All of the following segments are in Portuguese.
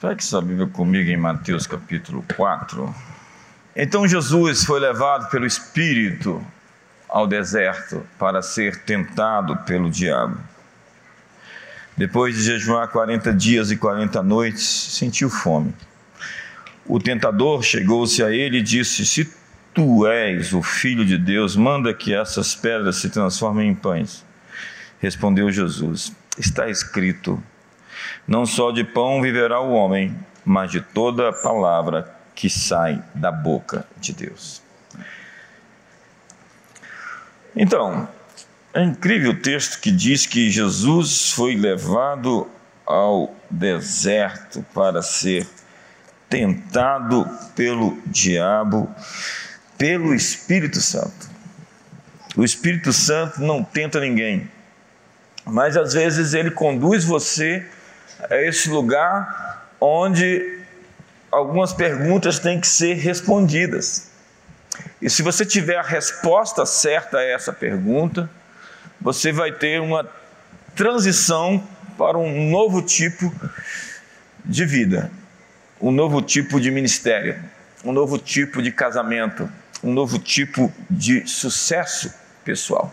Pegue sua Bíblia comigo em Mateus capítulo 4. Então Jesus foi levado pelo Espírito ao deserto para ser tentado pelo diabo. Depois de jejuar 40 dias e 40 noites, sentiu fome. O tentador chegou-se a ele e disse: se tu és o Filho de Deus, manda que essas pedras se transformem em pães. Respondeu Jesus: está escrito, não só de pão viverá o homem, mas de toda a palavra que sai da boca de Deus. Então, é incrível o texto que diz que Jesus foi levado ao deserto para ser tentado pelo diabo, pelo Espírito Santo. O Espírito Santo não tenta ninguém, mas às vezes ele conduz você a esse lugar onde algumas perguntas têm que ser respondidas. E se você tiver a resposta certa a essa pergunta, você vai ter uma transição para um novo tipo de vida, um novo tipo de ministério, um novo tipo de casamento, um novo tipo de sucesso pessoal.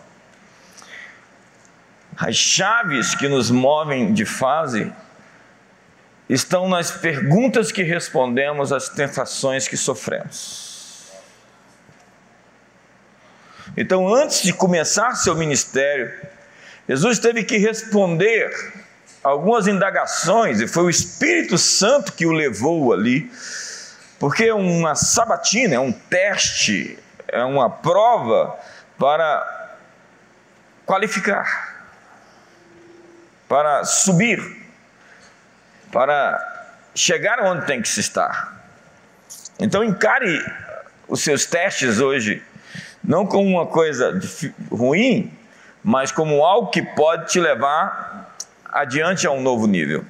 As chaves que nos movem de fase estão nas perguntas que respondemos às tentações que sofremos. Então, antes de começar seu ministério, Jesus teve que responder algumas indagações, e foi o Espírito Santo que o levou ali, porque uma sabatina é um teste, é uma prova para qualificar, para subir, para chegar onde tem que se estar. Então encare os seus testes hoje, não como uma coisa ruim, mas como algo que pode te levar adiante a um novo nível.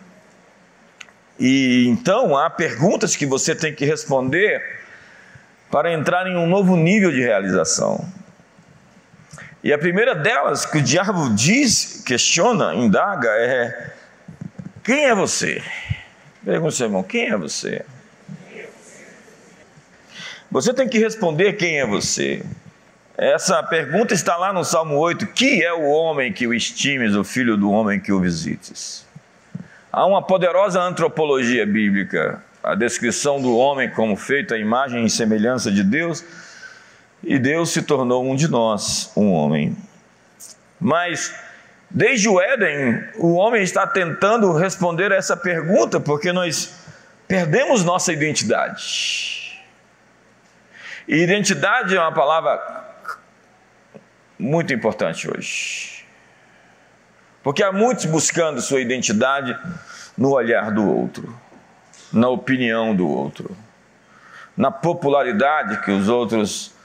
E então há perguntas que você tem que responder para entrar em um novo nível de realização. E a primeira delas que o diabo diz, questiona, indaga é: quem é você? Pergunta ao seu irmão: quem é você? Você tem que responder quem é você. Essa pergunta está lá no Salmo 8. Que é o homem que o estimes, o filho do homem que o visites? Há uma poderosa antropologia bíblica, a descrição do homem como feito à imagem e semelhança de Deus, e Deus se tornou um de nós, um homem. Mas desde o Éden, o homem está tentando responder a essa pergunta, porque nós perdemos nossa identidade. E identidade é uma palavra muito importante hoje, porque há muitos buscando sua identidade no olhar do outro, na opinião do outro, na popularidade que os outros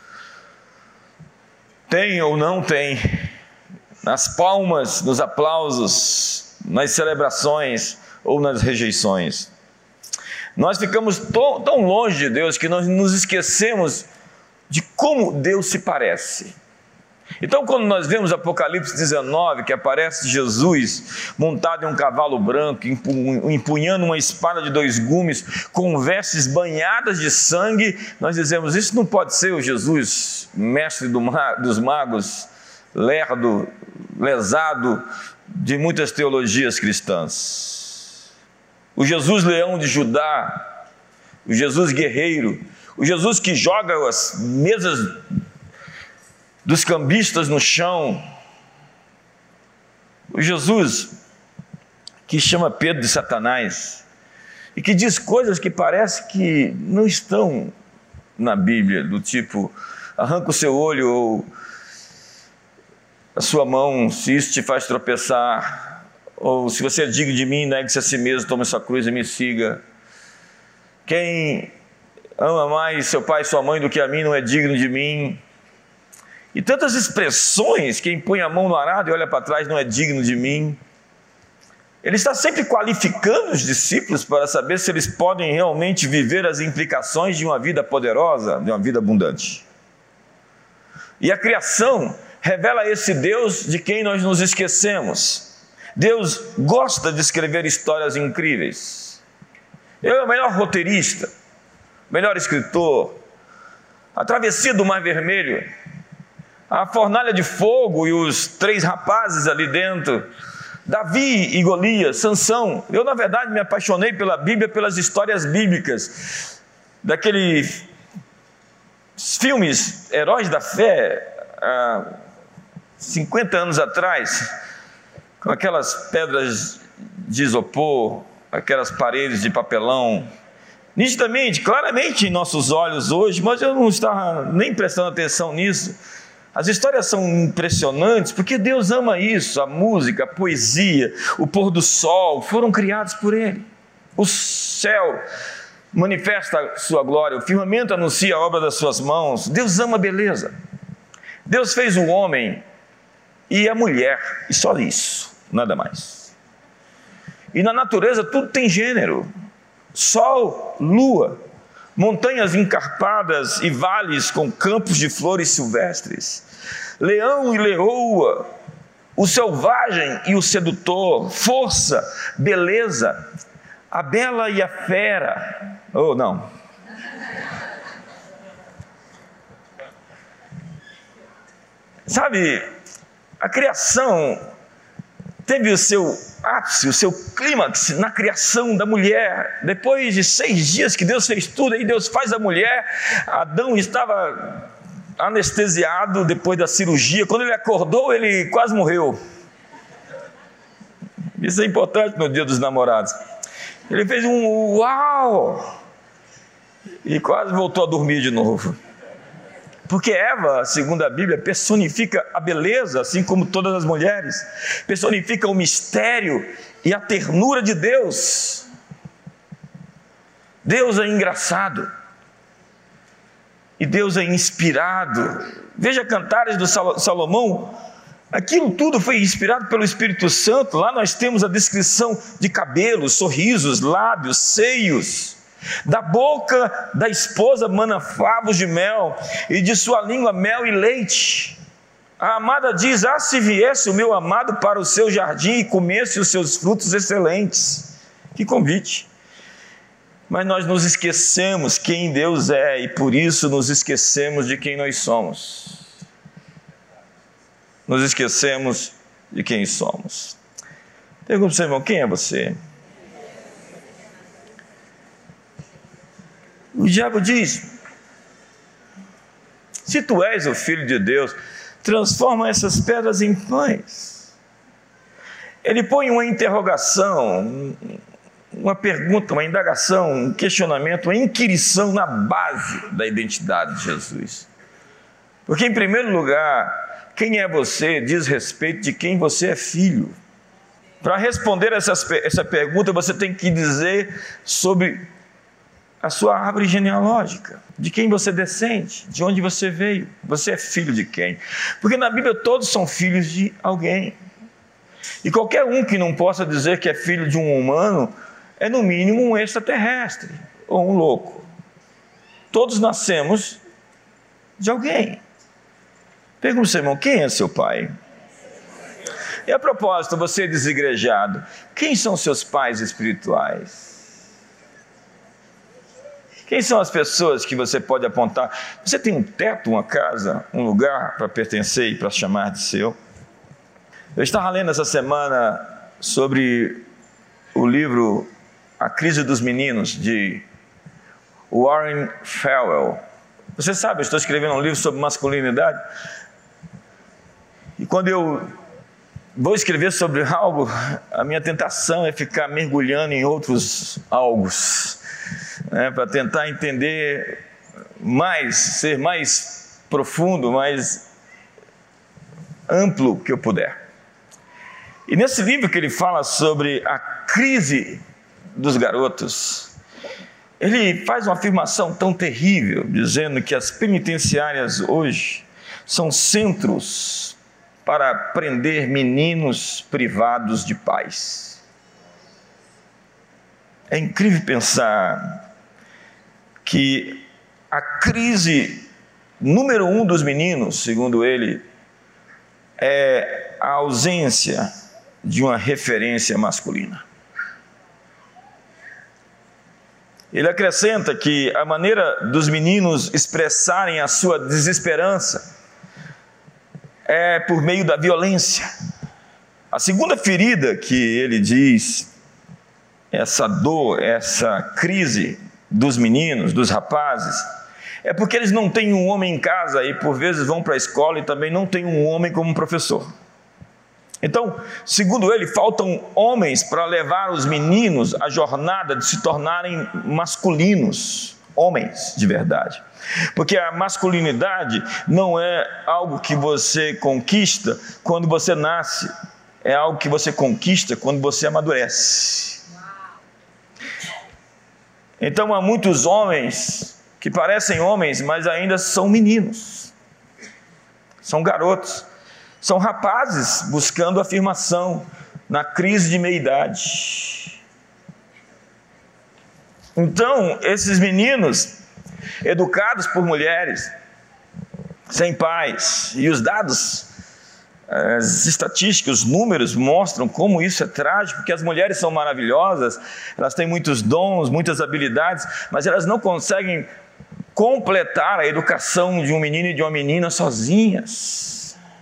têm ou não têm, nas palmas, nos aplausos, nas celebrações ou nas rejeições. Nós ficamos tão longe de Deus que nós nos esquecemos de como Deus se parece. Então, quando nós vemos Apocalipse 19, que aparece Jesus montado em um cavalo branco, empunhando uma espada de 2 gumes, com vestes banhadas de sangue, nós dizemos: isso não pode ser o Jesus, mestre dos magos, lerdo, lesado de muitas teologias cristãs. O Jesus leão de Judá, o Jesus guerreiro, o Jesus que joga as mesas dos cambistas no chão, o Jesus que chama Pedro de Satanás e que diz coisas que parece que não estão na Bíblia, do tipo: arranca o seu olho ou a sua mão, se isso te faz tropeçar, ou se você é digno de mim, negue-se a si mesmo, tome sua cruz e me siga. Quem ama mais seu pai e sua mãe do que a mim não é digno de mim. E tantas expressões: quem põe a mão no arado e olha para trás não é digno de mim. Ele está sempre qualificando os discípulos para saber se eles podem realmente viver as implicações de uma vida poderosa, de uma vida abundante. E a criação revela esse Deus de quem nós nos esquecemos. Deus gosta de escrever histórias incríveis. Ele é o melhor roteirista, o melhor escritor. A travessia do Mar Vermelho, a fornalha de fogo e os 3 rapazes ali dentro, Davi e Golias, Sansão. Eu, na verdade, me apaixonei pela Bíblia, pelas histórias bíblicas, daqueles filmes Heróis da Fé, há 50 anos atrás, com aquelas pedras de isopor, aquelas paredes de papelão, nitidamente, claramente em nossos olhos hoje, mas eu não estava nem prestando atenção nisso. As histórias são impressionantes, porque Deus ama isso. A música, a poesia, o pôr do sol, foram criados por Ele. O céu manifesta sua glória, o firmamento anuncia a obra das suas mãos. Deus ama a beleza. Deus fez o homem e a mulher, e só isso, nada mais. E na natureza tudo tem gênero: sol, lua, montanhas encarpadas e vales com campos de flores silvestres, leão e leoa, o selvagem e o sedutor, força, beleza, a bela e a fera. Oh, não. Sabe, a criação teve o seu ápice, o seu clímax na criação da mulher. Depois de 6 dias que Deus fez tudo, aí Deus faz a mulher. Adão estava anestesiado depois da cirurgia. Quando ele acordou, ele quase morreu. Isso é importante no Dia dos Namorados. Ele fez um uau e quase voltou a dormir de novo. Porque Eva, segundo a Bíblia, personifica a beleza, assim como todas as mulheres, personifica o mistério e a ternura de Deus. Deus é engraçado e Deus é inspirado. Veja Cantares do Salomão, aquilo tudo foi inspirado pelo Espírito Santo. Lá nós temos a descrição de cabelos, sorrisos, lábios, seios. Da boca da esposa mana favos de mel, e de sua língua mel e leite. A amada diz: ah, se viesse o meu amado para o seu jardim e comesse os seus frutos excelentes. Que convite! Mas nós nos esquecemos quem Deus é, e por isso nos esquecemos de quem nós somos. Nos esquecemos de quem somos. Pergunto para o seu irmão: quem é você? O diabo diz: se tu és o Filho de Deus, transforma essas pedras em pães. Ele põe uma interrogação, uma pergunta, uma indagação, um questionamento, uma inquirição na base da identidade de Jesus. Porque, em primeiro lugar, quem é você diz respeito de quem você é filho. Para responder essa pergunta, você tem que dizer sobre a sua árvore genealógica, de quem você descende, de onde você veio, você é filho de quem? Porque na Bíblia todos são filhos de alguém, e qualquer um que não possa dizer que é filho de um humano, é no mínimo um extraterrestre, ou um louco. Todos nascemos de alguém. Pergunta ao seu irmão: quem é seu pai? E a propósito, você é desigrejado, quem são seus pais espirituais? Quem são as pessoas que você pode apontar? Você tem um teto, uma casa, um lugar para pertencer e para chamar de seu? Eu estava lendo essa semana sobre o livro A Crise dos Meninos, de Warren Farwell. Você sabe, eu estou escrevendo um livro sobre masculinidade. E quando eu vou escrever sobre algo, a minha tentação é ficar mergulhando em outros algos, para tentar entender mais, ser mais profundo, mais amplo que eu puder. E nesse livro que ele fala sobre a crise dos garotos, ele faz uma afirmação tão terrível, dizendo que as penitenciárias hoje são centros para prender meninos privados de pais. É incrível pensar que a crise número 1 dos meninos, segundo ele, é a ausência de uma referência masculina. Ele acrescenta que a maneira dos meninos expressarem a sua desesperança é por meio da violência. A segunda ferida que ele diz, essa dor, essa crise dos meninos, dos rapazes, é porque eles não têm um homem em casa e por vezes vão para a escola e também não têm um homem como professor. Então, segundo ele, faltam homens para levar os meninos à jornada de se tornarem masculinos, homens de verdade. Porque a masculinidade não é algo que você conquista quando você nasce, é algo que você conquista quando você amadurece. Então há muitos homens que parecem homens, mas ainda são meninos, são garotos. São rapazes buscando afirmação na crise de meia-idade. Então, esses meninos, educados por mulheres, sem pais, e os dados, as estatísticas, os números mostram como isso é trágico, porque as mulheres são maravilhosas, elas têm muitos dons, muitas habilidades, mas elas não conseguem completar a educação de um menino e de uma menina sozinhas.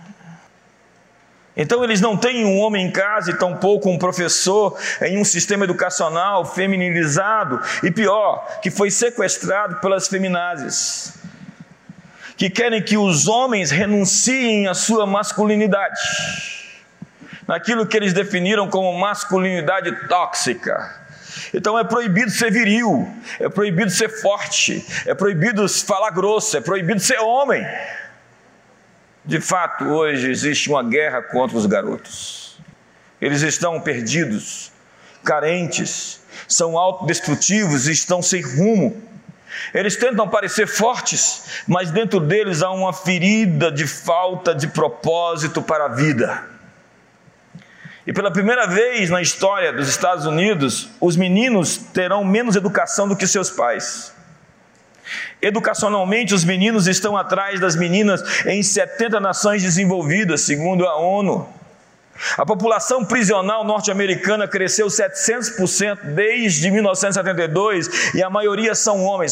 Então eles não têm um homem em casa e tampouco um professor em um sistema educacional feminilizado e pior, que foi sequestrado pelas feminazes, que querem que os homens renunciem à sua masculinidade, naquilo que eles definiram como masculinidade tóxica. Então é proibido ser viril, é proibido ser forte, é proibido falar grosso, é proibido ser homem. De fato, hoje existe uma guerra contra os garotos. Eles estão perdidos, carentes, são autodestrutivos e estão sem rumo. Eles tentam parecer fortes, mas dentro deles há uma ferida de falta de propósito para a vida. E pela primeira vez na história dos Estados Unidos, os meninos terão menos educação do que seus pais. Educacionalmente, os meninos estão atrás das meninas em 70 nações desenvolvidas, segundo a ONU. A população prisional norte-americana cresceu 700% desde 1972 e a maioria são homens.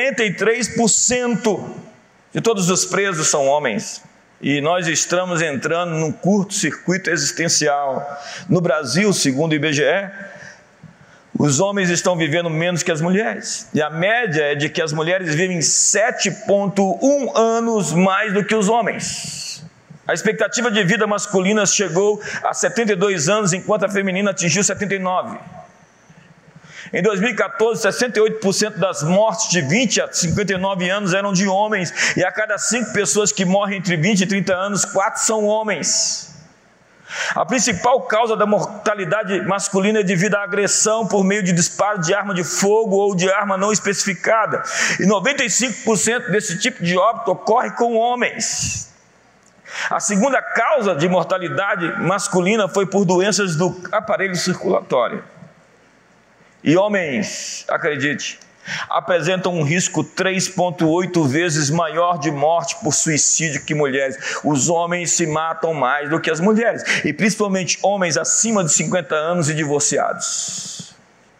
93% de todos os presos são homens. E nós estamos entrando num curto-circuito existencial. No Brasil, segundo o IBGE, os homens estão vivendo menos que as mulheres. E a média é de que as mulheres vivem 7,1 anos mais do que os homens. A expectativa de vida masculina chegou a 72 anos, enquanto a feminina atingiu 79. Em 2014, 68% das mortes de 20 a 59 anos eram de homens. E a cada 5 pessoas que morrem entre 20 e 30 anos, 4 são homens. A principal causa da mortalidade masculina é devido à agressão por meio de disparo de arma de fogo ou de arma não especificada. E 95% desse tipo de óbito ocorre com homens. A segunda causa de mortalidade masculina foi por doenças do aparelho circulatório. E homens, acredite, apresentam um risco 3,8 vezes maior de morte por suicídio que mulheres. Os homens se matam mais do que as mulheres, e principalmente homens acima de 50 anos e divorciados.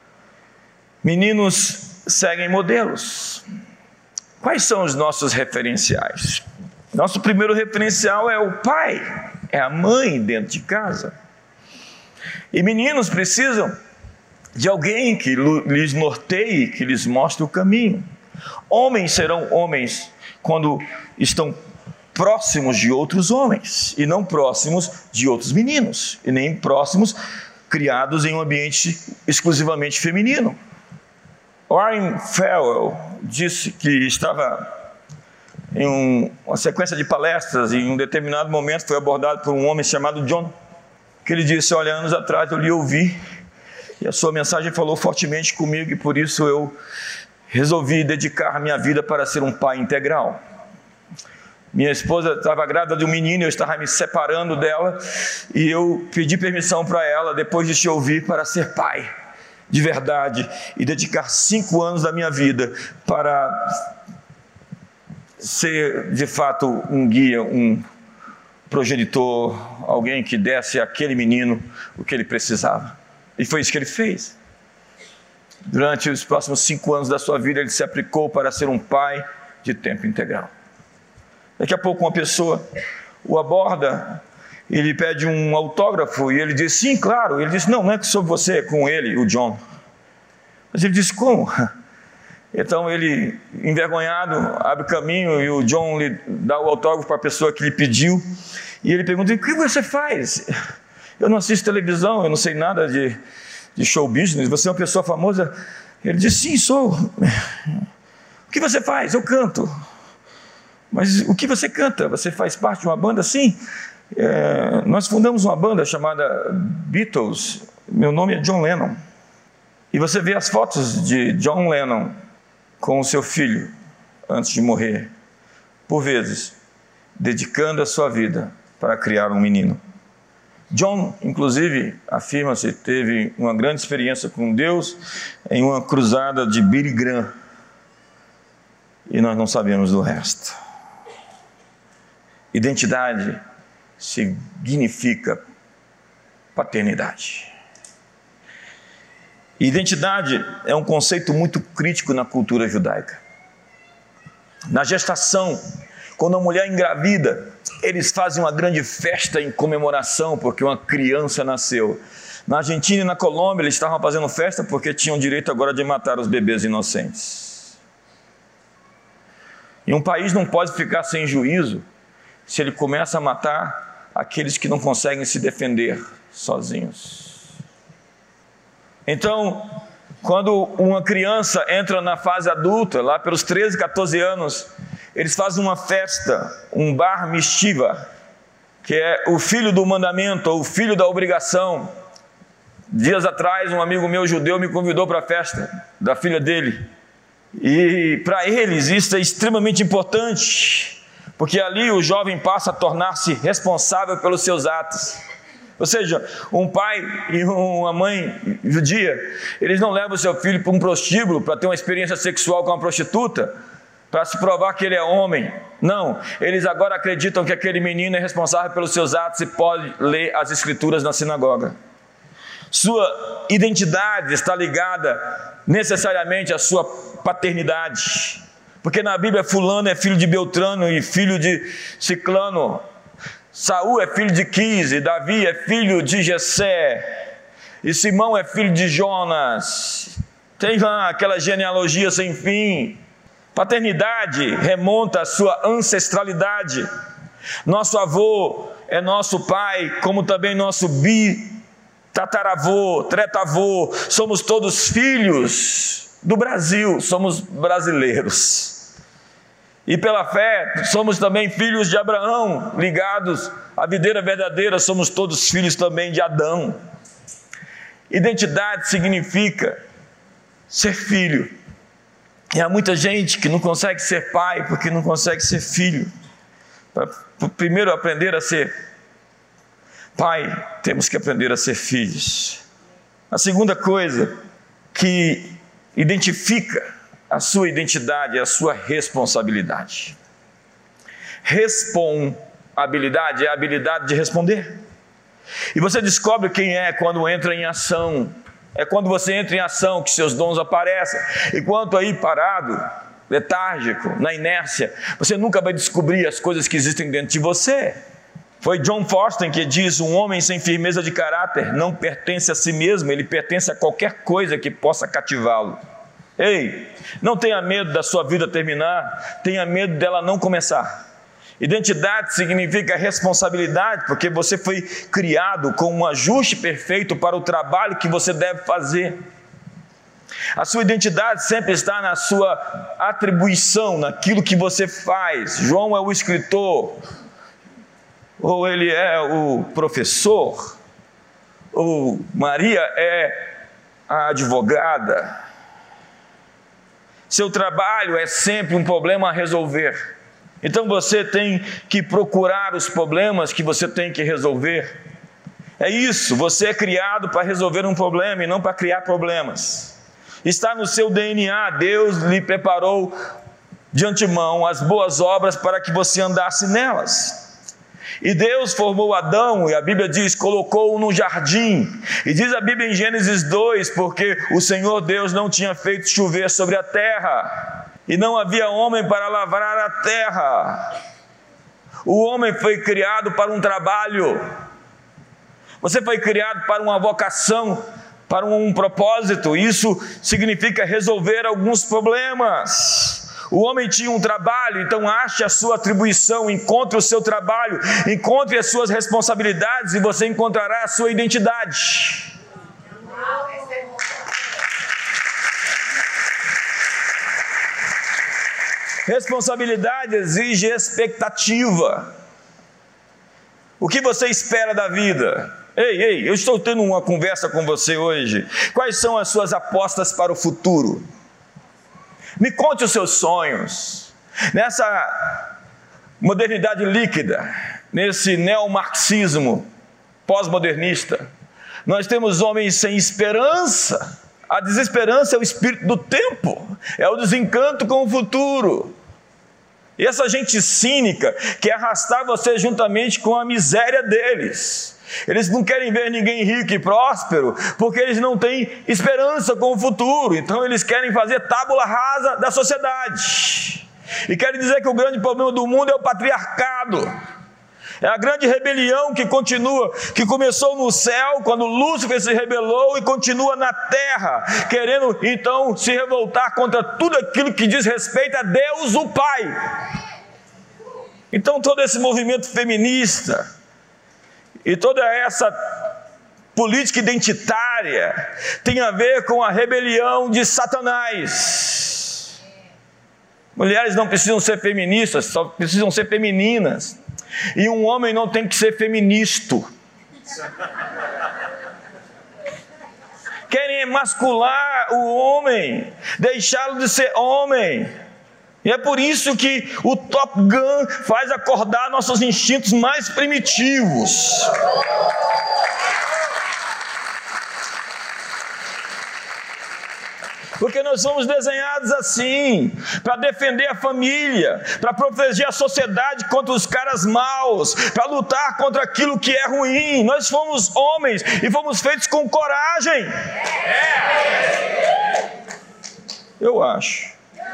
Meninos seguem modelos. Quais são os nossos referenciais? Nosso primeiro referencial é o pai, é a mãe dentro de casa. E meninos precisam de alguém que lhes norteie, que lhes mostre o caminho. Homens serão homens quando estão próximos de outros homens, e não próximos de outros meninos, e nem próximos criados em um ambiente exclusivamente feminino. Warren Farwell disse que estava em uma sequência de palestras e em um determinado momento foi abordado por um homem chamado John, que ele disse: olha, anos atrás eu lhe ouvi e a sua mensagem falou fortemente comigo, e por isso eu resolvi dedicar minha vida para ser um pai integral. Minha esposa estava grávida de um menino, eu estava me separando dela, e eu pedi permissão para ela, depois de te ouvir, para ser pai de verdade e dedicar 5 anos da minha vida para ser de fato um guia, um progenitor, alguém que desse àquele menino o que ele precisava. E foi isso que ele fez. Durante os próximos 5 anos da sua vida, ele se aplicou para ser um pai de tempo integral. Daqui a pouco uma pessoa o aborda, ele pede um autógrafo e ele diz, sim, claro. Ele diz, não é sobre você, é com ele, o John. Mas ele diz, como? Então ele, envergonhado, abre caminho e o John lhe dá o autógrafo para a pessoa que lhe pediu. E ele pergunta, o que você faz? Eu não assisto televisão, eu não sei nada de show business, você é uma pessoa famosa? Ele diz, sim, sou. O que você faz? Eu canto. Mas o que você canta? Você faz parte de uma banda? Sim. Nós fundamos uma banda chamada Beatles. Meu nome é John Lennon. E você vê as fotos de John Lennon com o seu filho antes de morrer, por vezes, dedicando a sua vida para criar um menino. John, inclusive, afirma-se, teve uma grande experiência com Deus em uma cruzada de Billy Graham. E nós não sabemos do resto. Identidade significa paternidade. Identidade é um conceito muito crítico na cultura judaica. Na gestação, quando a mulher engravida, eles fazem uma grande festa em comemoração porque uma criança nasceu. Na Argentina e na Colômbia, eles estavam fazendo festa porque tinham direito agora de matar os bebês inocentes. E um país não pode ficar sem juízo se ele começa a matar aqueles que não conseguem se defender sozinhos. Então, quando uma criança entra na fase adulta, lá pelos 13, 14 anos, eles fazem uma festa, um bar mitzvah, que é o filho do mandamento, ou o filho da obrigação. Dias atrás, um amigo meu judeu me convidou para a festa da filha dele. E para eles isso é extremamente importante, porque ali o jovem passa a tornar-se responsável pelos seus atos. Ou seja, um pai e uma mãe judia, eles não levam o seu filho para um prostíbulo para ter uma experiência sexual com uma prostituta, para se provar que ele é homem. Não, eles agora acreditam que aquele menino é responsável pelos seus atos e pode ler as escrituras na sinagoga. Sua identidade está ligada necessariamente à sua paternidade, porque na Bíblia fulano é filho de Beltrano e filho de Ciclano. Saul é filho de Quise, Davi é filho de Jessé, e Simão é filho de Jonas. Tem lá aquela genealogia sem fim. Paternidade remonta à sua ancestralidade. Nosso avô é nosso pai, como também nosso tataravô, tretavô. Somos todos filhos do Brasil, somos brasileiros. E pela fé, somos também filhos de Abraão, ligados à videira verdadeira, somos todos filhos também de Adão. Identidade significa ser filho. E há muita gente que não consegue ser pai porque não consegue ser filho. Para primeiro aprender a ser pai, temos que aprender a ser filhos. A segunda coisa que identifica a sua identidade é a sua responsabilidade. Responsabilidade é a habilidade de responder. E você descobre quem é quando entra em ação. É quando você entra em ação que seus dons aparecem. Enquanto aí parado, letárgico, na inércia, você nunca vai descobrir as coisas que existem dentro de você. Foi John Foster que diz: um homem sem firmeza de caráter não pertence a si mesmo, ele pertence a qualquer coisa que possa cativá-lo. Ei, não tenha medo da sua vida terminar, tenha medo dela não começar. Identidade significa responsabilidade, porque você foi criado com um ajuste perfeito para o trabalho que você deve fazer. A sua identidade sempre está na sua atribuição, naquilo que você faz. João é o escritor, ou ele é o professor, ou Maria é a advogada. Seu trabalho é sempre um problema a resolver. Então você tem que procurar os problemas que você tem que resolver. É isso, você é criado para resolver um problema e não para criar problemas. Está no seu DNA, Deus lhe preparou de antemão as boas obras para que você andasse nelas. E Deus formou Adão, e a Bíblia diz, colocou-o no jardim. E diz a Bíblia em Gênesis 2, porque o Senhor Deus não tinha feito chover sobre a terra, e não havia homem para lavrar a terra. O homem foi criado para um trabalho. Você foi criado para uma vocação, para um propósito. Isso significa resolver alguns problemas. O homem tinha um trabalho, então ache a sua atribuição, encontre o seu trabalho, encontre as suas responsabilidades e você encontrará a sua identidade. Responsabilidade exige expectativa. O que você espera da vida? Ei, eu estou tendo uma conversa com você hoje. Quais são as suas apostas para o futuro? Me conte os seus sonhos. Nessa modernidade líquida, nesse neomarxismo pós-modernista, nós temos homens sem esperança. A desesperança é o espírito do tempo, é o desencanto com o futuro. E essa gente cínica quer arrastar você juntamente com a miséria deles. Eles não querem ver ninguém rico e próspero, porque eles não têm esperança com o futuro. Então eles querem fazer tábula rasa da sociedade. E querem dizer que o grande problema do mundo é o patriarcado. É a grande rebelião que continua, que começou no céu, quando Lúcifer se rebelou, e continua na terra, querendo então se revoltar contra tudo aquilo que diz respeito a Deus o Pai. Então todo esse movimento feminista e toda essa política identitária tem a ver com a rebelião de Satanás. Mulheres não precisam ser feministas, só precisam ser femininas. E um homem não tem que ser feministo. Querem emascular o homem, deixá-lo de ser homem. E é por isso que o Top Gun faz acordar nossos instintos mais primitivos. Porque nós somos desenhados assim, para defender a família, para proteger a sociedade contra os caras maus, para lutar contra aquilo que é ruim. Nós fomos homens e fomos feitos com coragem. Eu acho.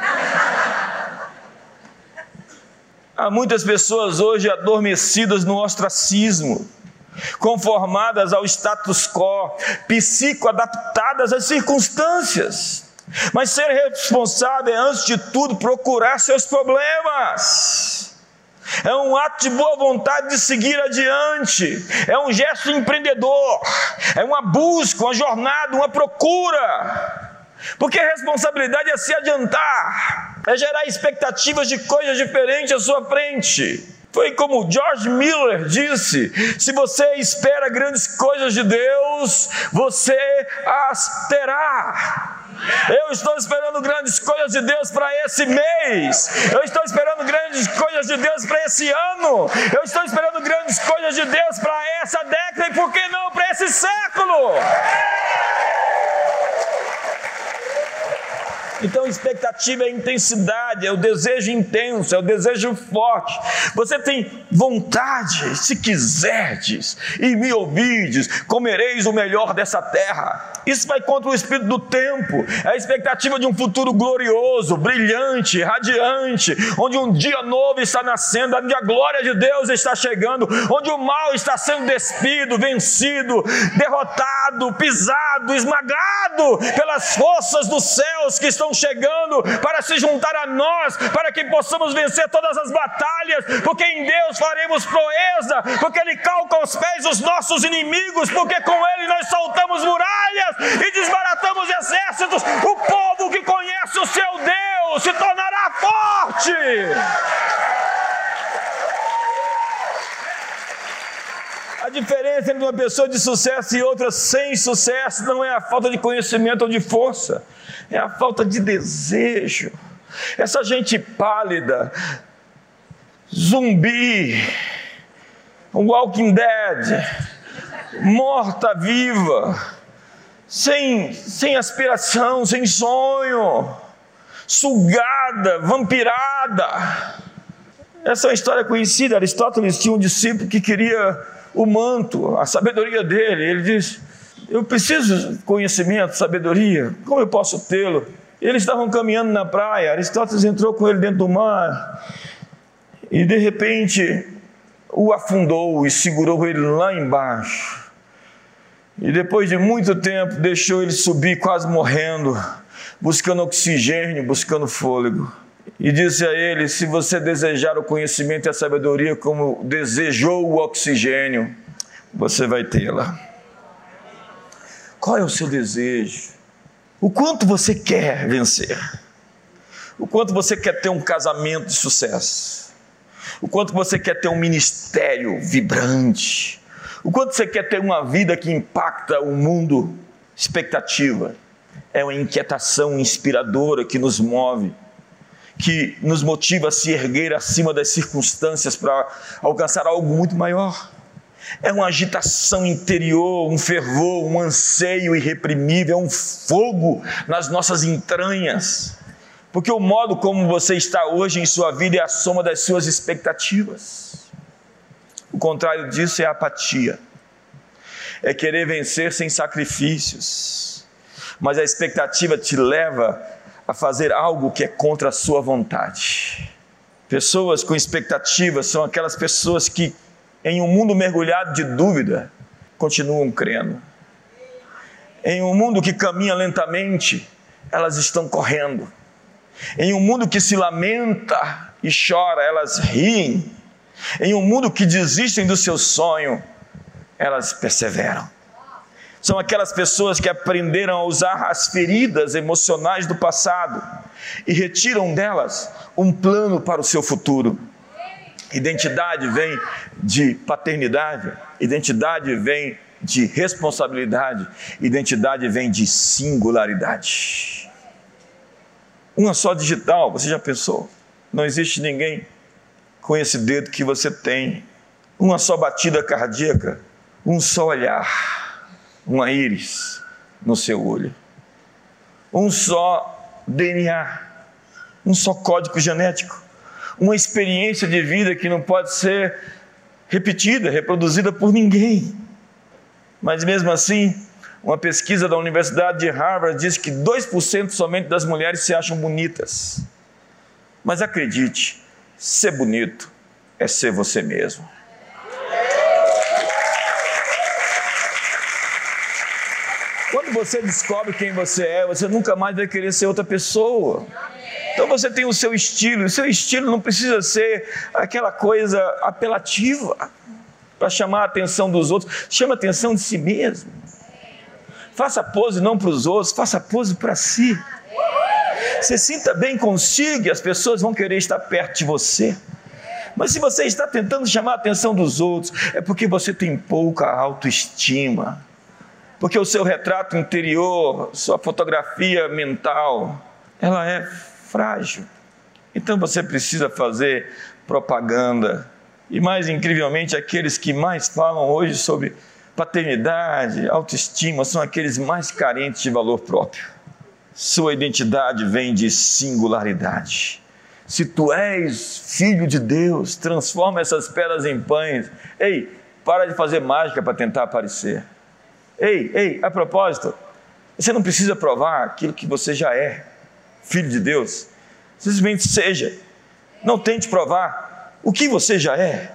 Há muitas pessoas hoje adormecidas no ostracismo, conformadas ao status quo, psicoadaptadas às circunstâncias. Mas ser responsável é, antes de tudo, procurar seus problemas. É um ato de boa vontade de seguir adiante. É um gesto empreendedor. É uma busca, uma jornada, uma procura. Porque a responsabilidade é se adiantar, é gerar expectativas de coisas diferentes à sua frente. Foi como George Miller disse: se você espera grandes coisas de Deus, você as terá. Eu estou esperando grandes coisas de Deus para esse mês. Eu estou esperando grandes coisas de Deus para esse ano. Eu estou esperando grandes coisas de Deus para essa década e por que não para esse século? Então expectativa é intensidade, é o desejo intenso, é o desejo forte. Você tem vontade, se quiserdes e me ouvides, comereis o melhor dessa terra. Isso vai contra o espírito do tempo. É a expectativa de um futuro glorioso, brilhante, radiante, onde um dia novo está nascendo, onde a glória de Deus está chegando, onde o mal está sendo despido, vencido, derrotado, pisado, esmagado pelas forças dos céus que estão chegando para se juntar a nós, para que possamos vencer todas as batalhas, porque em Deus faremos proeza, porque Ele calca aos pés os nossos inimigos, porque com Ele nós saltamos muralhas e desbaratamos exércitos. O povo que conhece o seu Deus se tornará forte. A diferença entre uma pessoa de sucesso e outra sem sucesso não é a falta de conhecimento ou de força, é a falta de desejo. Essa gente pálida, zumbi, Walking Dead, morta-viva, sem aspiração, sem sonho, sugada, vampirada. Essa é uma história conhecida. Aristóteles tinha um discípulo que queria o manto, a sabedoria dele. Ele disse: eu preciso de conhecimento, sabedoria, como eu posso tê-lo? Eles estavam caminhando na praia, Aristóteles entrou com ele dentro do mar, e de repente o afundou e segurou ele lá embaixo. E depois de muito tempo deixou ele subir quase morrendo, buscando oxigênio, buscando fôlego. E disse a ele: se você desejar o conhecimento e a sabedoria como desejou o oxigênio, você vai tê-la. Qual é o seu desejo? O quanto você quer vencer? O quanto você quer ter um casamento de sucesso? O quanto você quer ter um ministério vibrante? O quanto você quer ter uma vida que impacta o mundo? Expectativa é uma inquietação inspiradora que nos move, que nos motiva a se erguer acima das circunstâncias para alcançar algo muito maior. É uma agitação interior, um fervor, um anseio irreprimível, é um fogo nas nossas entranhas, porque o modo como você está hoje em sua vida é a soma das suas expectativas. O contrário disso é a apatia, é querer vencer sem sacrifícios, mas a expectativa te leva a fazer algo que é contra a sua vontade. Pessoas com expectativas são aquelas pessoas que, em um mundo mergulhado de dúvida, continuam crendo. Em um mundo que caminha lentamente, elas estão correndo. Em um mundo que se lamenta e chora, elas riem. Em um mundo que desistem do seu sonho, elas perseveram. São aquelas pessoas que aprenderam a usar as feridas emocionais do passado e retiram delas um plano para o seu futuro. Identidade vem de paternidade, identidade vem de responsabilidade, identidade vem de singularidade. Uma só digital, você já pensou? Não existe ninguém com esse dedo que você tem. Uma só batida cardíaca, um só olhar, uma íris no seu olho. Um só DNA, um só código genético. Uma experiência de vida que não pode ser repetida, reproduzida por ninguém. Mas mesmo assim, uma pesquisa da Universidade de Harvard diz que 2% somente das mulheres se acham bonitas. Mas acredite, ser bonito é ser você mesmo. Quando você descobre quem você é, você nunca mais vai querer ser outra pessoa. Então você tem o seu estilo, o seu estilo não precisa ser aquela coisa apelativa para chamar a atenção dos outros, chama a atenção de si mesmo. Faça pose não para os outros, faça pose para si. Se sinta bem consigo e as pessoas vão querer estar perto de você. Mas se você está tentando chamar a atenção dos outros, é porque você tem pouca autoestima. Porque o seu retrato interior, sua fotografia mental, ela é frágil. Então você precisa fazer propaganda. E mais incrivelmente, aqueles que mais falam hoje sobre paternidade, autoestima, são aqueles mais carentes de valor próprio. Sua identidade vem de singularidade. Se tu és filho de Deus, transforma essas pedras em pães. Ei, para de fazer mágica para tentar aparecer. Ei, a propósito, você não precisa provar aquilo que você já é. Filho de Deus, simplesmente seja. Não tente provar o que você já é.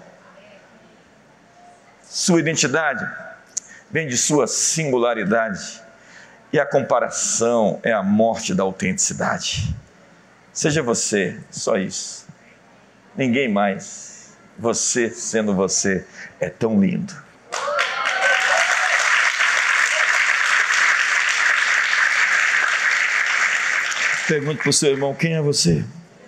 Sua identidade vem de sua singularidade, e a comparação é a morte da autenticidade. Seja você, só isso. Ninguém mais. Você sendo você é tão lindo. Pergunte para o seu irmão: quem é você?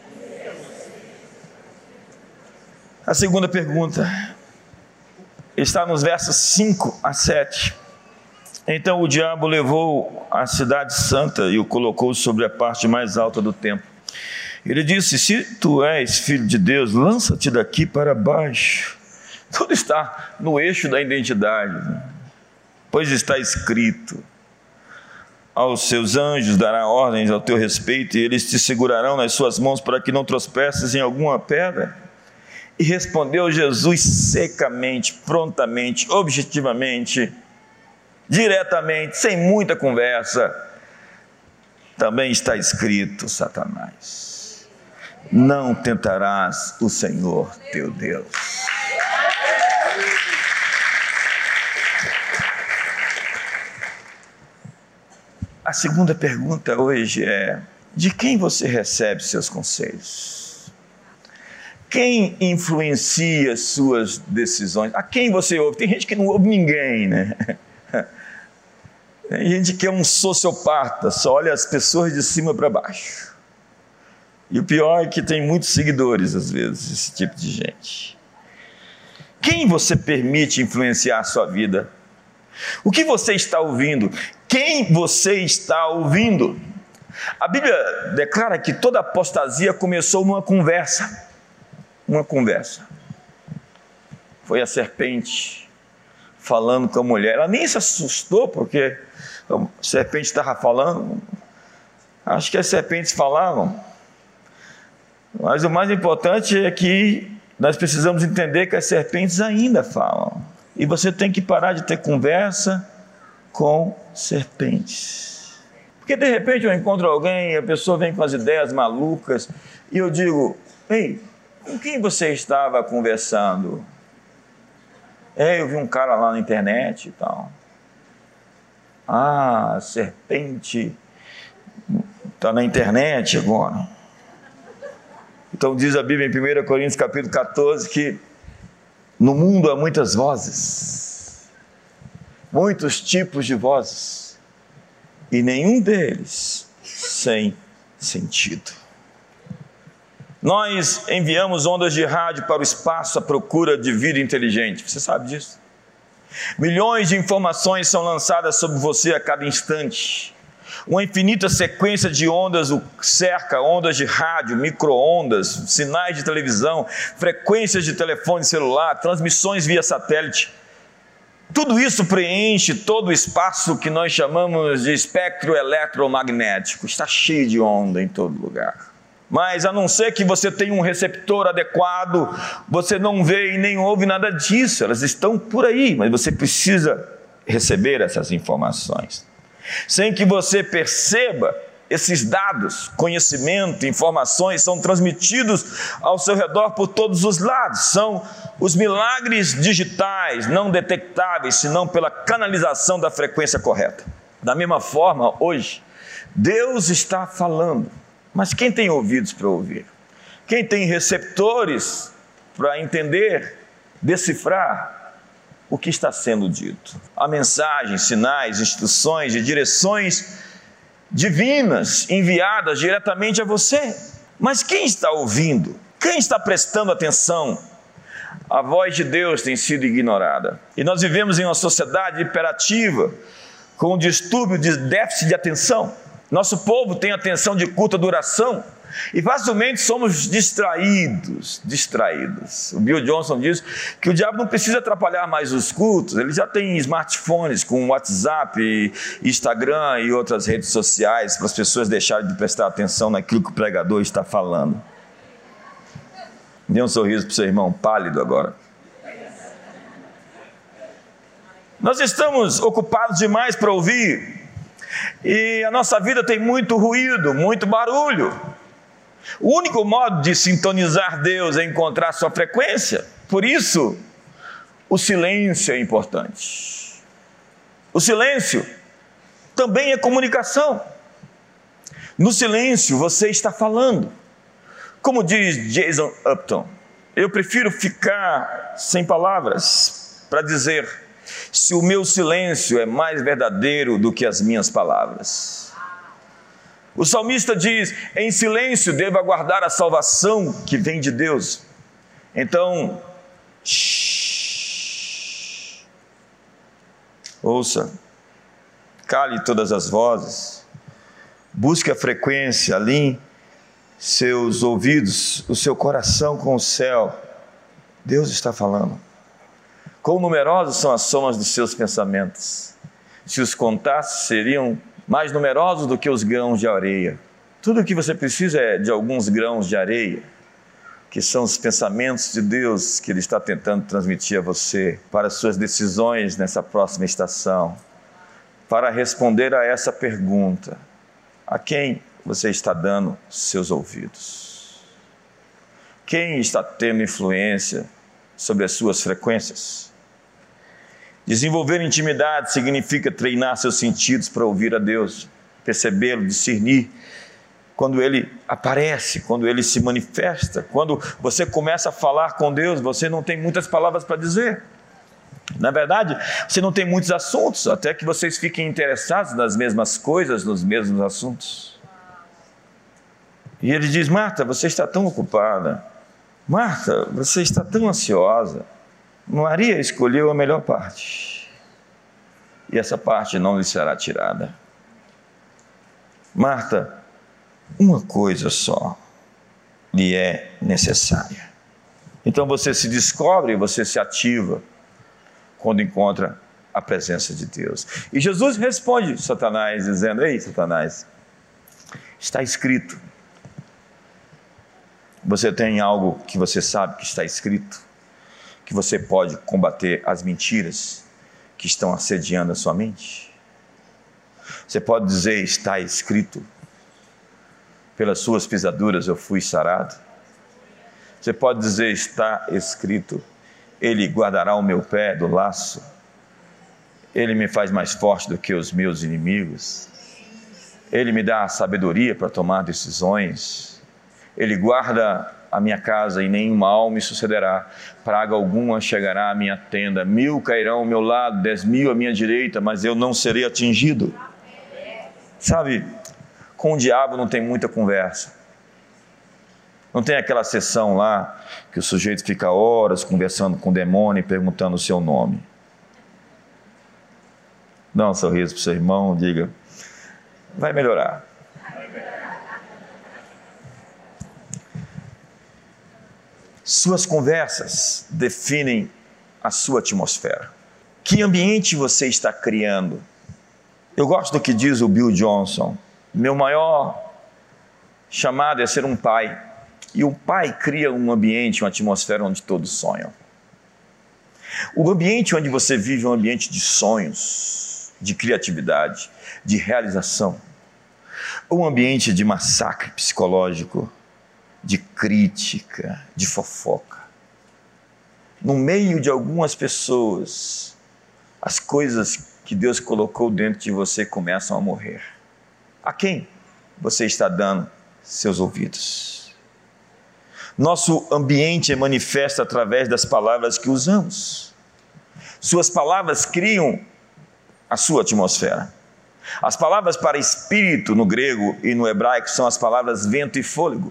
A segunda pergunta está nos versos 5 a 7. Então o diabo levou a cidade santa e o colocou sobre a parte mais alta do templo. Ele disse: se tu és filho de Deus, lança-te daqui para baixo. Tudo está no eixo da identidade, pois está escrito: aos seus anjos dará ordens ao teu respeito, e eles te segurarão nas suas mãos para que não tropeces em alguma pedra. E respondeu Jesus secamente, prontamente, objetivamente, diretamente, sem muita conversa. Também está escrito, Satanás: não tentarás o Senhor teu Deus. A segunda pergunta hoje é: de quem você recebe seus conselhos? Quem influencia suas decisões? A quem você ouve? Tem gente que não ouve ninguém, né? Tem gente que é um sociopata, só olha as pessoas de cima para baixo. E o pior é que tem muitos seguidores, às vezes, esse tipo de gente. Quem você permite influenciar a sua vida? O que você está ouvindo? Quem você está ouvindo? A Bíblia declara que toda apostasia começou numa conversa. Uma conversa. Foi a serpente falando com a mulher. Ela nem se assustou porque a serpente estava falando. Acho que as serpentes falavam. Mas o mais importante é que nós precisamos entender que as serpentes ainda falam. E você tem que parar de ter conversa com serpentes. Porque de repente eu encontro alguém e a pessoa vem com as ideias malucas e eu digo: ei, com quem você estava conversando? Eu vi um cara lá na internet e tal. A serpente está na internet agora. Então diz a Bíblia em 1 Coríntios capítulo 14 que no mundo há muitas vozes, muitos tipos de vozes, e nenhum deles sem sentido. Nós enviamos ondas de rádio para o espaço à procura de vida inteligente. Você sabe disso? Milhões de informações são lançadas sobre você a cada instante. Uma infinita sequência de ondas o cerca, ondas de rádio, micro-ondas, sinais de televisão, frequências de telefone celular, transmissões via satélite. Tudo isso preenche todo o espaço que nós chamamos de espectro eletromagnético. Está cheio de onda em todo lugar. Mas a não ser que você tenha um receptor adequado, você não vê e nem ouve nada disso. Elas estão por aí, mas você precisa receber essas informações. Sem que você perceba, esses dados, conhecimento, informações são transmitidos ao seu redor por todos os lados. São os milagres digitais, não detectáveis, senão pela canalização da frequência correta. Da mesma forma, hoje, Deus está falando. Mas quem tem ouvidos para ouvir? Quem tem receptores para entender, decifrar o que está sendo dito? Há mensagens, sinais, instruções e direções divinas enviadas diretamente a você. Mas quem está ouvindo? Quem está prestando atenção? A voz de Deus tem sido ignorada. E nós vivemos em uma sociedade hiperativa, com um distúrbio de déficit de atenção. Nosso povo tem atenção de curta duração e facilmente somos distraídos. O Bill Johnson diz que o diabo não precisa atrapalhar mais os cultos, ele já tem smartphones com WhatsApp, Instagram e outras redes sociais para as pessoas deixarem de prestar atenção naquilo que o pregador está falando. Dê um sorriso para o seu irmão pálido agora. Nós estamos ocupados demais para ouvir. E a nossa vida tem muito ruído, muito barulho. O único modo de sintonizar Deus é encontrar sua frequência. Por isso, o silêncio é importante. O silêncio também é comunicação. No silêncio você está falando. Como diz Jason Upton, eu prefiro ficar sem palavras para dizer se o meu silêncio é mais verdadeiro do que as minhas palavras. O salmista diz: em silêncio devo aguardar a salvação que vem de Deus. Então, ouça, cale todas as vozes, busque a frequência, alinhe seus ouvidos, o seu coração com o céu. Deus está falando. Quão numerosos são as somas dos seus pensamentos? Se os contasse, seriam mais numerosos do que os grãos de areia. Tudo o que você precisa é de alguns grãos de areia que são os pensamentos de Deus que Ele está tentando transmitir a você, para as suas decisões nessa próxima estação, para responder a essa pergunta: a quem você está dando seus ouvidos? Quem está tendo influência sobre as suas frequências? Desenvolver intimidade significa treinar seus sentidos para ouvir a Deus, percebê-lo, discernir quando Ele aparece, quando Ele se manifesta. Quando você começa a falar com Deus, você não tem muitas palavras para dizer. Na verdade, você não tem muitos assuntos, até que vocês fiquem interessados nas mesmas coisas, nos mesmos assuntos. E Ele diz: Marta, você está tão ocupada. Marta, você está tão ansiosa. Maria escolheu a melhor parte, e essa parte não lhe será tirada. Marta, uma coisa só lhe é necessária. Então você se descobre, você se ativa quando encontra a presença de Deus. E Jesus responde Satanás dizendo: ei, Satanás, está escrito. Você tem algo que você sabe que está escrito, que você pode combater as mentiras que estão assediando a sua mente? Você pode dizer: está escrito, pelas suas pisaduras eu fui sarado. Você pode dizer: está escrito, Ele guardará o meu pé do laço, Ele me faz mais forte do que os meus inimigos, Ele me dá a sabedoria para tomar decisões, Ele guarda a minha casa e nenhum mal me sucederá, praga alguma chegará à minha tenda, 1000 cairão ao meu lado, 10.000 à minha direita, mas eu não serei atingido. Sabe, com o diabo não tem muita conversa. Não tem aquela sessão lá que o sujeito fica horas conversando com o demônio e perguntando o seu nome. Dá um sorriso para o seu irmão, diga: vai melhorar. Suas conversas definem a sua atmosfera. Que ambiente você está criando? Eu gosto do que diz o Bill Johnson: meu maior chamado é ser um pai. E um pai cria um ambiente, uma atmosfera onde todos sonham. O ambiente onde você vive é um ambiente de sonhos, de criatividade, de realização. Um ambiente de massacre psicológico, de crítica, de fofoca. No meio de algumas pessoas, as coisas que Deus colocou dentro de você começam a morrer. A quem você está dando seus ouvidos? Nosso ambiente é manifesto através das palavras que usamos. Suas palavras criam a sua atmosfera. As palavras para espírito no grego e no hebraico são as palavras vento e fôlego.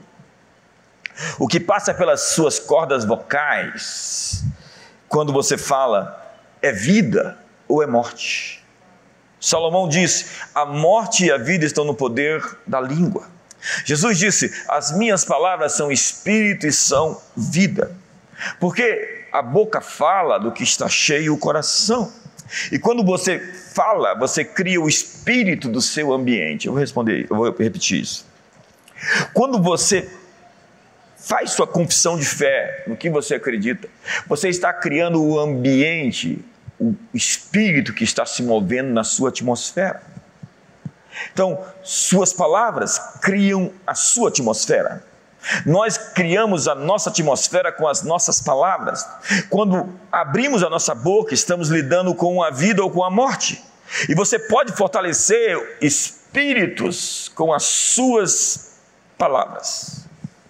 O que passa pelas suas cordas vocais, quando você fala, é vida ou é morte. Salomão disse: a morte e a vida estão no poder da língua. Jesus disse: as minhas palavras são espírito e são vida. Porque a boca fala do que está cheio o coração. E quando você fala, você cria o espírito do seu ambiente. Eu vou repetir isso. Quando você faz sua confissão de fé no que você acredita, você está criando o ambiente, o espírito que está se movendo na sua atmosfera. Então, suas palavras criam a sua atmosfera. Nós criamos a nossa atmosfera com as nossas palavras. Quando abrimos a nossa boca, estamos lidando com a vida ou com a morte. E você pode fortalecer espíritos com as suas palavras.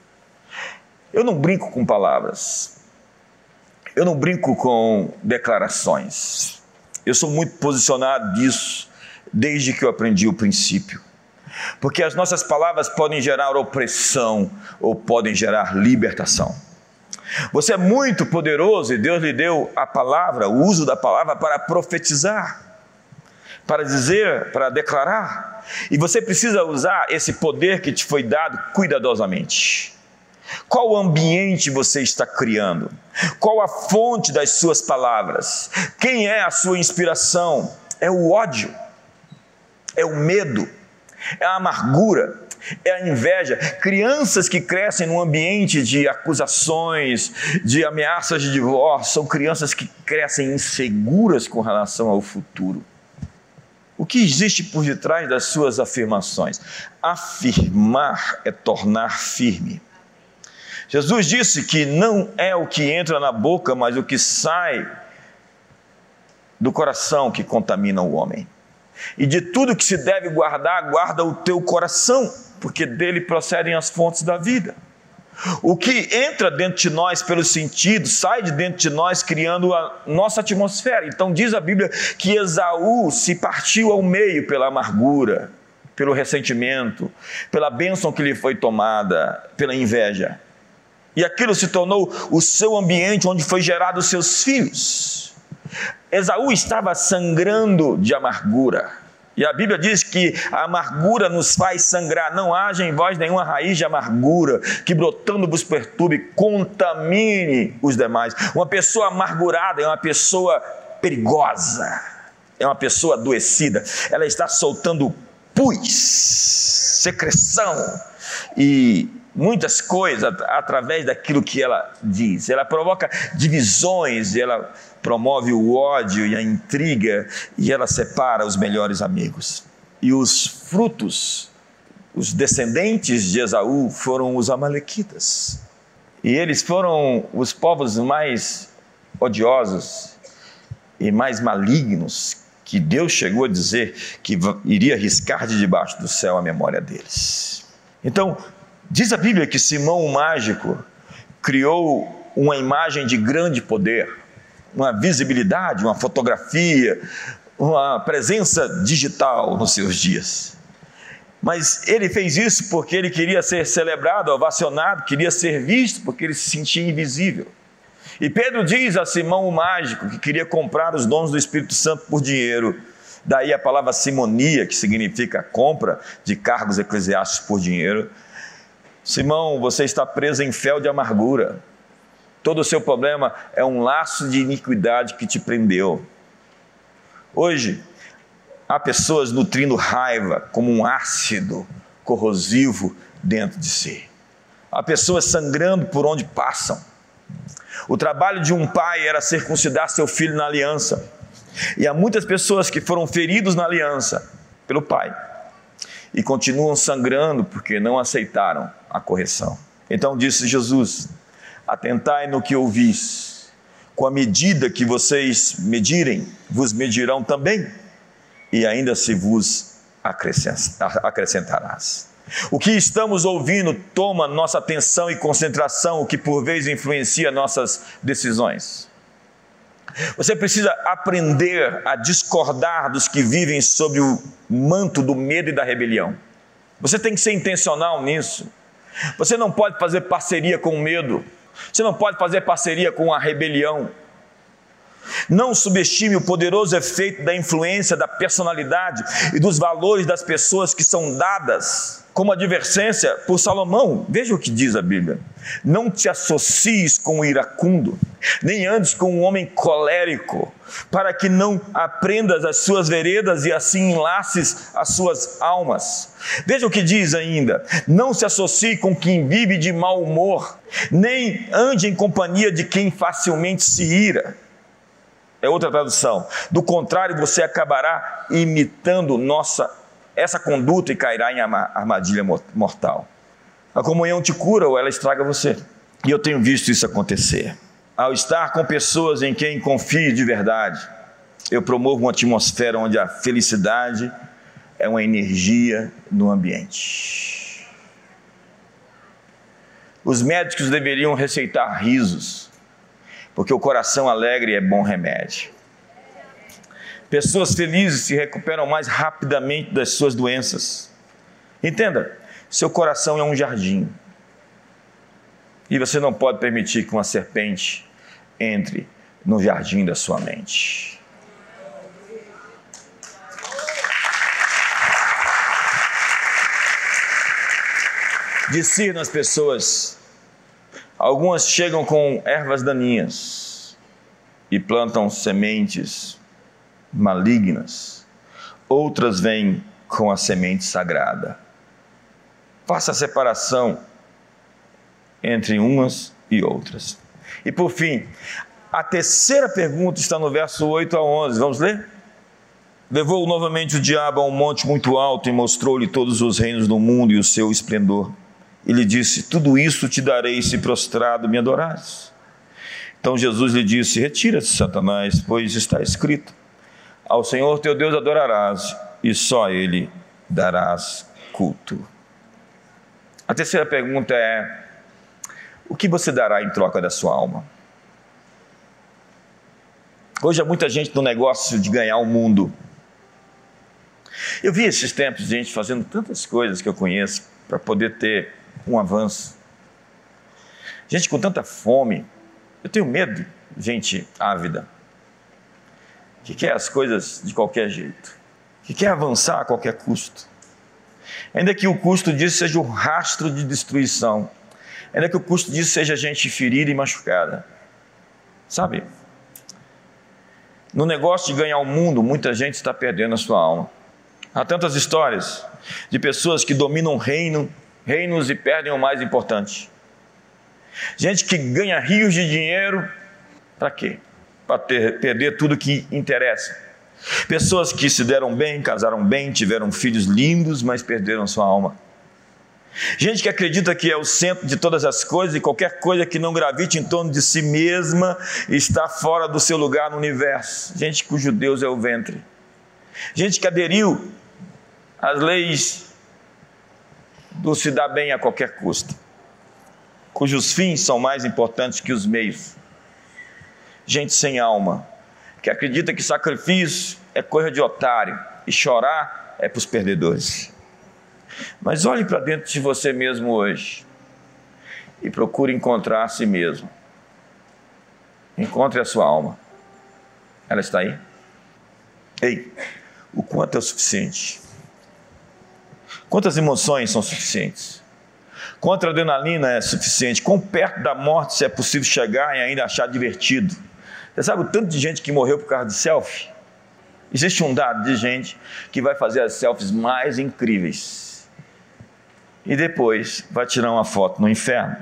Eu não brinco com palavras. Eu não brinco com declarações. Eu sou muito posicionado disso desde que eu aprendi o princípio. Porque as nossas palavras podem gerar opressão ou podem gerar libertação. Você é muito poderoso e Deus lhe deu a palavra, o uso da palavra para profetizar, para dizer, para declarar. E você precisa usar esse poder que te foi dado cuidadosamente. Qual ambiente você está criando? Qual a fonte das suas palavras? Quem é a sua inspiração? É o ódio? É o medo? É a amargura? É a inveja. Crianças que crescem num ambiente de acusações, de ameaças de divórcio, são crianças que crescem inseguras com relação ao futuro. O que existe por detrás das suas afirmações? Afirmar é tornar firme. Jesus disse que não é o que entra na boca, mas o que sai do coração que contamina o homem. E de tudo que se deve guardar, guarda o teu coração, porque dele procedem as fontes da vida. O que entra dentro de nós pelos sentidos, sai de dentro de nós criando a nossa atmosfera. Então diz a Bíblia que Esaú se partiu ao meio pela amargura, pelo ressentimento, pela bênção que lhe foi tomada, pela inveja. E aquilo se tornou o seu ambiente onde foi gerado os seus filhos. Esaú estava sangrando de amargura. E a Bíblia diz que a amargura nos faz sangrar. Não haja em vós nenhuma raiz de amargura que brotando vos perturbe, contamine os demais. Uma pessoa amargurada é uma pessoa perigosa, é uma pessoa adoecida. Ela está soltando pus, secreção e muitas coisas através daquilo que ela diz. Ela provoca divisões, ela promove o ódio e a intriga, e ela separa os melhores amigos. E os frutos, os descendentes de Esaú foram os amalequitas. E eles foram os povos mais odiosos e mais malignos que Deus chegou a dizer que iria riscar de debaixo do céu a memória deles. Então, diz a Bíblia que Simão o mágico criou uma imagem de grande poder, uma visibilidade, uma fotografia, uma presença digital nos seus dias. Mas ele fez isso porque ele queria ser celebrado, ovacionado, queria ser visto, porque ele se sentia invisível. E Pedro diz a Simão o mágico, que queria comprar os dons do Espírito Santo por dinheiro, daí a palavra simonia, que significa compra de cargos eclesiásticos por dinheiro: Simão, você está preso em fel de amargura. Todo o seu problema é um laço de iniquidade que te prendeu. Hoje, há pessoas nutrindo raiva como um ácido corrosivo dentro de si. Há pessoas sangrando por onde passam. O trabalho de um pai era circuncidar seu filho na aliança. E há muitas pessoas que foram feridos na aliança pelo pai e continuam sangrando porque não aceitaram a correção. Então disse Jesus: atentai no que ouvis, com a medida que vocês medirem, vos medirão também, e ainda se vos acrescentarás. O que estamos ouvindo toma nossa atenção e concentração, o que por vezes influencia nossas decisões. Você precisa aprender a discordar dos que vivem sob o manto do medo e da rebelião. Você tem que ser intencional nisso. Você não pode fazer parceria com o medo. Você não pode fazer parceria com a rebelião. Não subestime o poderoso efeito da influência, da personalidade e dos valores das pessoas que são dadas como advertência por Salomão. Veja o que diz a Bíblia: não te associes com o iracundo, nem andes com um homem colérico, para que não aprendas as suas veredas e assim enlaces as suas almas. Veja o que diz ainda: não se associe com quem vive de mau humor, nem ande em companhia de quem facilmente se ira. É outra tradução: do contrário, você acabará imitando essa conduta e cairá em armadilha mortal. A comunhão te cura ou ela estraga você. E eu tenho visto isso acontecer. Ao estar com pessoas em quem confio de verdade, eu promovo uma atmosfera onde a felicidade é uma energia no ambiente. Os médicos deveriam receitar risos, porque o coração alegre é bom remédio. Pessoas felizes se recuperam mais rapidamente das suas doenças. Entenda, seu coração é um jardim. E você não pode permitir que uma serpente entre no jardim da sua mente. Discirna as pessoas. Algumas chegam com ervas daninhas e plantam sementes malignas. Outras vêm com a semente sagrada. Faça a separação entre umas e outras. E por fim, a terceira pergunta está no verso 8 a 11. Vamos ler? Levou novamente o diabo a um monte muito alto e mostrou-lhe todos os reinos do mundo e o seu esplendor. E lhe disse: tudo isso te darei se prostrado me adorares. Então Jesus lhe disse: retira-te, Satanás, pois está escrito: ao Senhor teu Deus adorarás, e só a Ele darás culto. A terceira pergunta é: o que você dará em troca da sua alma? Hoje há muita gente no negócio de ganhar o mundo. Eu vi esses tempos gente fazendo tantas coisas que eu conheço para poder ter um avanço. Gente com tanta fome. Eu tenho medo de gente ávida, que quer as coisas de qualquer jeito, que quer avançar a qualquer custo. Ainda que o custo disso seja o rastro de destruição, ainda que o custo disso seja gente ferida e machucada. Sabe? No negócio de ganhar o mundo, muita gente está perdendo a sua alma. Há tantas histórias de pessoas que dominam reinos e perdem o mais importante. Gente que ganha rios de dinheiro, para quê? Para perder tudo que interessa. Pessoas que se deram bem, casaram bem, tiveram filhos lindos, mas perderam sua alma. Gente que acredita que é o centro de todas as coisas e qualquer coisa que não gravite em torno de si mesma está fora do seu lugar no universo. Gente cujo Deus é o ventre. Gente que aderiu às leis do se dar bem a qualquer custo, cujos fins são mais importantes que os meios. Gente sem alma, que acredita que sacrifício é coisa de otário e chorar é para os perdedores. Mas olhe para dentro de você mesmo hoje e procure encontrar a si mesmo. Encontre a sua alma. Ela está aí? Ei, o quanto é o suficiente? Quantas emoções são suficientes? Quanta adrenalina é suficiente? Quão perto da morte se é possível chegar e ainda achar divertido? Você sabe o tanto de gente que morreu por causa de selfie? Existe um dado de gente que vai fazer as selfies mais incríveis e depois vai tirar uma foto no inferno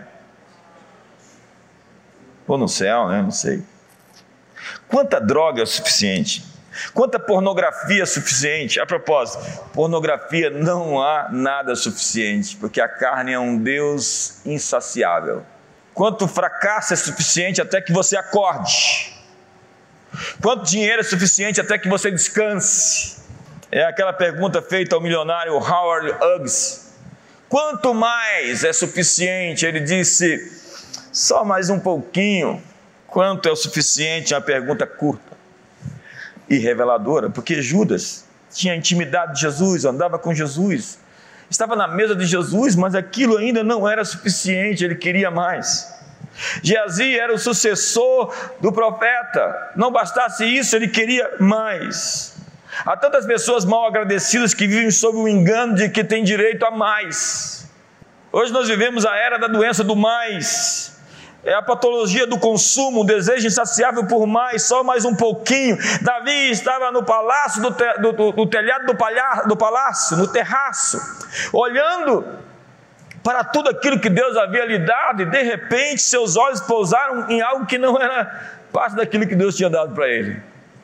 ou no céu, né? Não sei. Quanta droga é o suficiente? Quanta pornografia é suficiente? A propósito, pornografia não há nada suficiente, porque a carne é um Deus insaciável. Quanto fracasso é suficiente até que você acorde? Quanto dinheiro é suficiente até que você descanse? É aquela pergunta feita ao milionário Howard Hughes. Quanto mais é suficiente? Ele disse: só mais um pouquinho. Quanto é o suficiente? É uma pergunta curta e reveladora, porque Judas tinha intimidade de Jesus, andava com Jesus, estava na mesa de Jesus, mas aquilo ainda não era suficiente, ele queria mais. Geazi era o sucessor do profeta, não bastasse isso, ele queria mais. Há tantas pessoas mal agradecidas que vivem sob o engano de que têm direito a mais. Hoje nós vivemos a era da doença do mais. É a patologia do consumo, o desejo insaciável por mais, só mais um pouquinho. Davi estava no palácio, no telhado do palácio, no terraço, olhando para tudo aquilo que Deus havia lhe dado, e de repente seus olhos pousaram em algo que não era parte daquilo que Deus tinha dado para ele.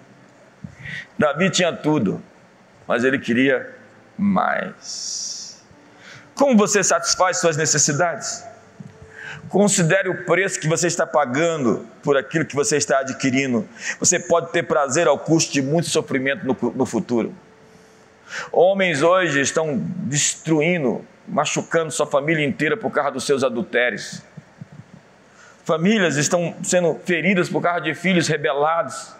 Davi tinha tudo, mas ele queria mais. Como você satisfaz suas necessidades? Considere o preço que você está pagando por aquilo que você está adquirindo. Você pode ter prazer ao custo de muito sofrimento no futuro. Homens hoje estão destruindo, machucando sua família inteira por causa dos seus adultérios. Famílias estão sendo feridas por causa de filhos rebelados.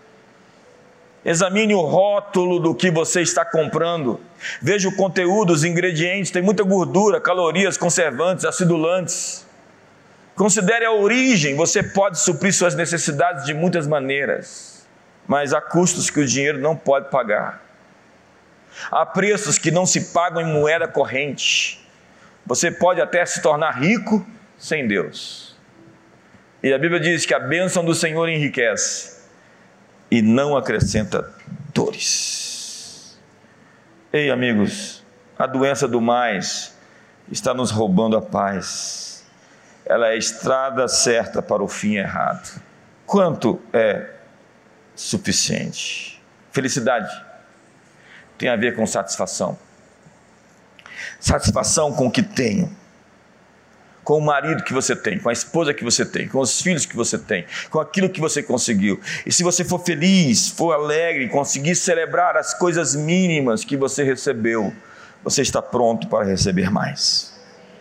Examine o rótulo do que você está comprando. Veja o conteúdo, os ingredientes. Tem muita gordura, calorias, conservantes, acidulantes. Considere a origem. Você pode suprir suas necessidades de muitas maneiras, mas há custos que o dinheiro não pode pagar. Há preços que não se pagam em moeda corrente. Você pode até se tornar rico sem Deus. E a Bíblia diz que a bênção do Senhor enriquece e não acrescenta dores. Ei, amigos, a doença do mais está nos roubando a paz. Ela é a estrada certa para o fim errado. Quanto é suficiente? Felicidade tem a ver com satisfação. Satisfação com o que tenho, com o marido que você tem, com a esposa que você tem, com os filhos que você tem, com aquilo que você conseguiu. E se você for feliz, for alegre, conseguir celebrar as coisas mínimas que você recebeu, você está pronto para receber mais.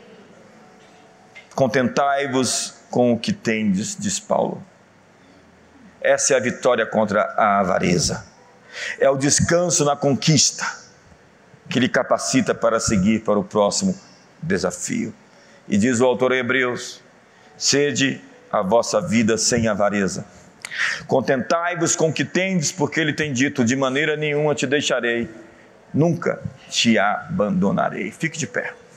Contentai-vos com o que tendes, diz Paulo. Essa é a vitória contra a avareza. É o descanso na conquista que lhe capacita para seguir para o próximo desafio. E diz o autor Hebreus: sede a vossa vida sem avareza. Contentai-vos com o que tendes, porque ele tem dito: de maneira nenhuma te deixarei, nunca te abandonarei. Fique de pé.